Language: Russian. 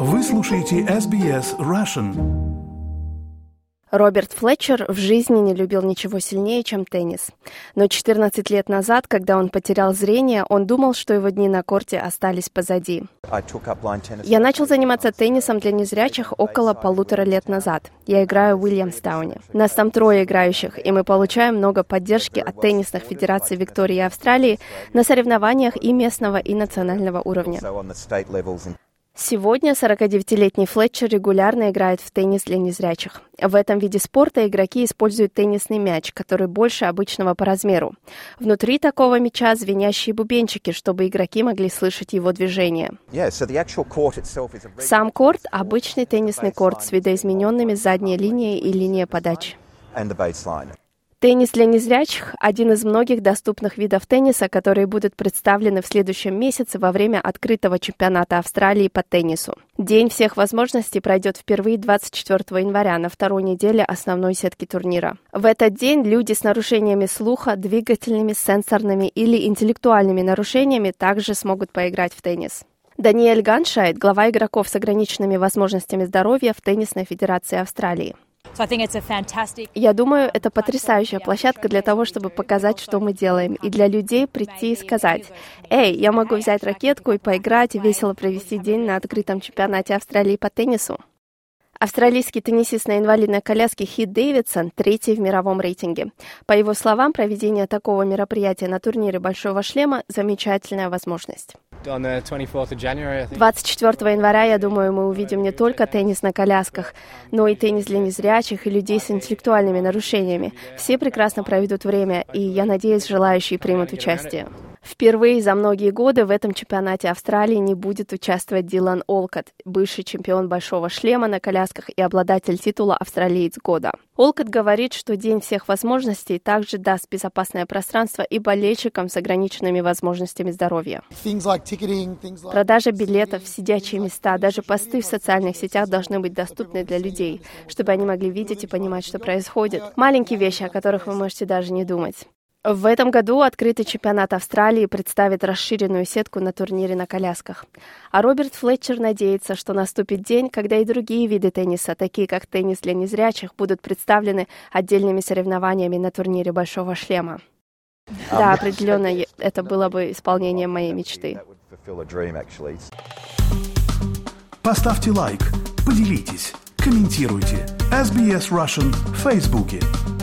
Вы слушаете SBS Russian. Роберт Флетчер в жизни не любил ничего сильнее, чем теннис. Но 14 лет назад, когда он потерял зрение, он думал, что его дни на корте остались позади. Я начал заниматься теннисом для незрячих около 1,5 лет назад. Я играю в Уильямстауне. Нас там 3 играющих, и мы получаем много поддержки от теннисных федераций Виктории и Австралии на соревнованиях и местного, и национального уровня. Сегодня 49-летний Флетчер регулярно играет в теннис для незрячих. В этом виде спорта игроки используют теннисный мяч, который больше обычного по размеру. Внутри такого мяча звенящие бубенчики, чтобы игроки могли слышать его движение. Сам корт – обычный теннисный корт с видоизмененными задней линией и линией подачи. Теннис для незрячих – один из многих доступных видов тенниса, которые будут представлены в следующем месяце во время открытого чемпионата Австралии по теннису. День всех возможностей пройдет впервые 24 января на второй неделе основной сетки турнира. В этот день люди с нарушениями слуха, двигательными, сенсорными или интеллектуальными нарушениями также смогут поиграть в теннис. Даниэль Ганшайд – глава игроков с ограниченными возможностями здоровья в Теннисной федерации Австралии. Я думаю, это потрясающая площадка для того, чтобы показать, что мы делаем, и для людей прийти и сказать: «Эй, я могу взять ракетку и поиграть, и весело провести день на открытом чемпионате Австралии по теннису». Австралийский теннисист на инвалидной коляске Хит Дэвидсон 3-й в мировом рейтинге. По его словам, проведение такого мероприятия на турнире «Большого шлема» – замечательная возможность. 24 января, я думаю, мы увидим не только теннис на колясках, но и теннис для незрячих и людей с интеллектуальными нарушениями. Все прекрасно проведут время, и, я надеюсь, желающие примут участие. Впервые за многие годы в этом чемпионате Австралии не будет участвовать Дилан Олкотт, бывший чемпион «Большого шлема» на колясках и обладатель титула «Австралиец года». Олкотт говорит, что День всех возможностей также даст безопасное пространство и болельщикам с ограниченными возможностями здоровья. Продажа билетов, сидячие места, даже посты в социальных сетях должны быть доступны для людей, чтобы они могли видеть и понимать, что происходит. Маленькие вещи, о которых вы можете даже не думать. В этом году открытый чемпионат Австралии представит расширенную сетку на турнире на колясках. А Роберт Флетчер надеется, что наступит день, когда и другие виды тенниса, такие как теннис для незрячих, будут представлены отдельными соревнованиями на турнире «Большого шлема». Да, определенно, это было бы исполнением моей мечты. Поставьте лайк, поделитесь, комментируйте. SBS Russian в Фейсбуке.